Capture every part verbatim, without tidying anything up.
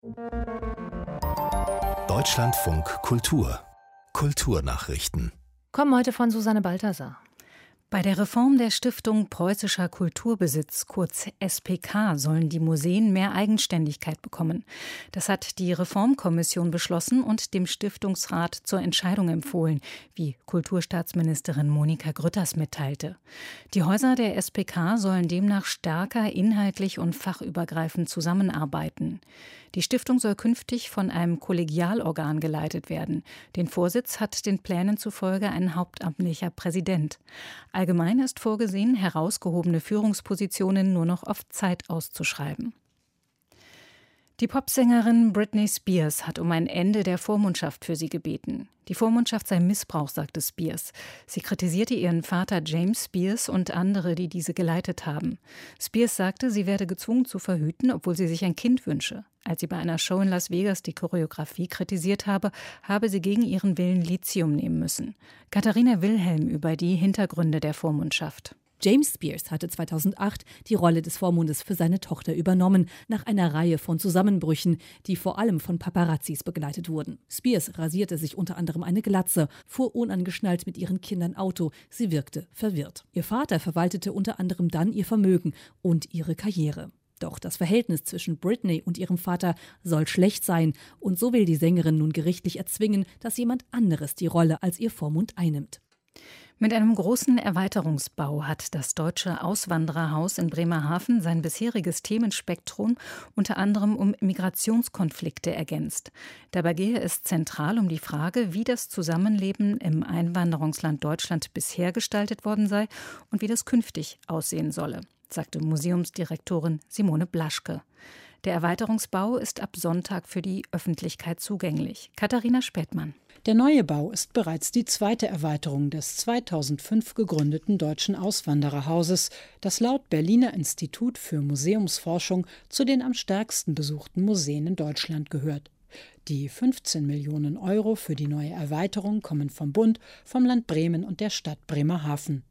Deutschlandfunk Kultur Kulturnachrichten. Kommen heute von Susanne Balthasar. Bei der Reform der Stiftung Preußischer Kulturbesitz, kurz S P K, sollen die Museen mehr Eigenständigkeit bekommen. Das hat die Reformkommission beschlossen und dem Stiftungsrat zur Entscheidung empfohlen, wie Kulturstaatsministerin Monika Grütters mitteilte. Die Häuser der S P K sollen demnach stärker inhaltlich und fachübergreifend zusammenarbeiten. Die Stiftung soll künftig von einem Kollegialorgan geleitet werden. Den Vorsitz hat den Plänen zufolge ein hauptamtlicher Präsident. Allgemein ist vorgesehen, herausgehobene Führungspositionen nur noch auf Zeit auszuschreiben. Die Popsängerin Britney Spears hat um ein Ende der Vormundschaft für sie gebeten. Die Vormundschaft sei Missbrauch, sagte Spears. Sie kritisierte ihren Vater James Spears und andere, die diese geleitet haben. Spears sagte, sie werde gezwungen zu verhüten, obwohl sie sich ein Kind wünsche. Als sie bei einer Show in Las Vegas die Choreografie kritisiert habe, habe sie gegen ihren Willen Lithium nehmen müssen. Katharina Wilhelm über die Hintergründe der Vormundschaft. James Spears hatte zweitausendacht die Rolle des Vormundes für seine Tochter übernommen, nach einer Reihe von Zusammenbrüchen, die vor allem von Paparazzis begleitet wurden. Spears rasierte sich unter anderem eine Glatze, fuhr unangeschnallt mit ihren Kindern Auto. Sie wirkte verwirrt. Ihr Vater verwaltete unter anderem dann ihr Vermögen und ihre Karriere. Doch das Verhältnis zwischen Britney und ihrem Vater soll schlecht sein. Und so will die Sängerin nun gerichtlich erzwingen, dass jemand anderes die Rolle als ihr Vormund einnimmt. Mit einem großen Erweiterungsbau hat das Deutsche Auswandererhaus in Bremerhaven sein bisheriges Themenspektrum unter anderem um Migrationskonflikte ergänzt. Dabei gehe es zentral um die Frage, wie das Zusammenleben im Einwanderungsland Deutschland bisher gestaltet worden sei und wie das künftig aussehen solle, sagte Museumsdirektorin Simone Blaschke. Der Erweiterungsbau ist ab Sonntag für die Öffentlichkeit zugänglich. Katharina Spätmann. Der neue Bau ist bereits die zweite Erweiterung des zweitausendfünf gegründeten Deutschen Auswandererhauses, das laut Berliner Institut für Museumsforschung zu den am stärksten besuchten Museen in Deutschland gehört. Die fünfzehn Millionen Euro für die neue Erweiterung kommen vom Bund, vom Land Bremen und der Stadt Bremerhaven.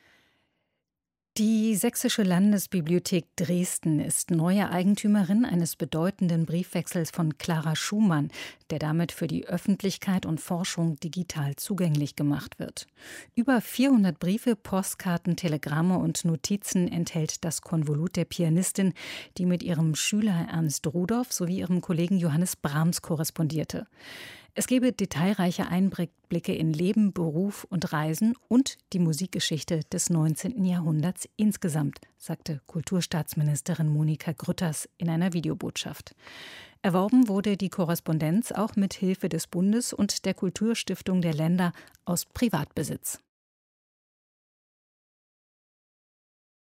Die Sächsische Landesbibliothek Dresden ist neue Eigentümerin eines bedeutenden Briefwechsels von Clara Schumann, der damit für die Öffentlichkeit und Forschung digital zugänglich gemacht wird. Über vierhundert Briefe, Postkarten, Telegramme und Notizen enthält das Konvolut der Pianistin, die mit ihrem Schüler Ernst Rudolph sowie ihrem Kollegen Johannes Brahms korrespondierte. Es gebe detailreiche Einblicke in Leben, Beruf und Reisen und die Musikgeschichte des neunzehnten Jahrhunderts insgesamt, sagte Kulturstaatsministerin Monika Grütters in einer Videobotschaft. Erworben wurde die Korrespondenz auch mit Hilfe des Bundes und der Kulturstiftung der Länder aus Privatbesitz.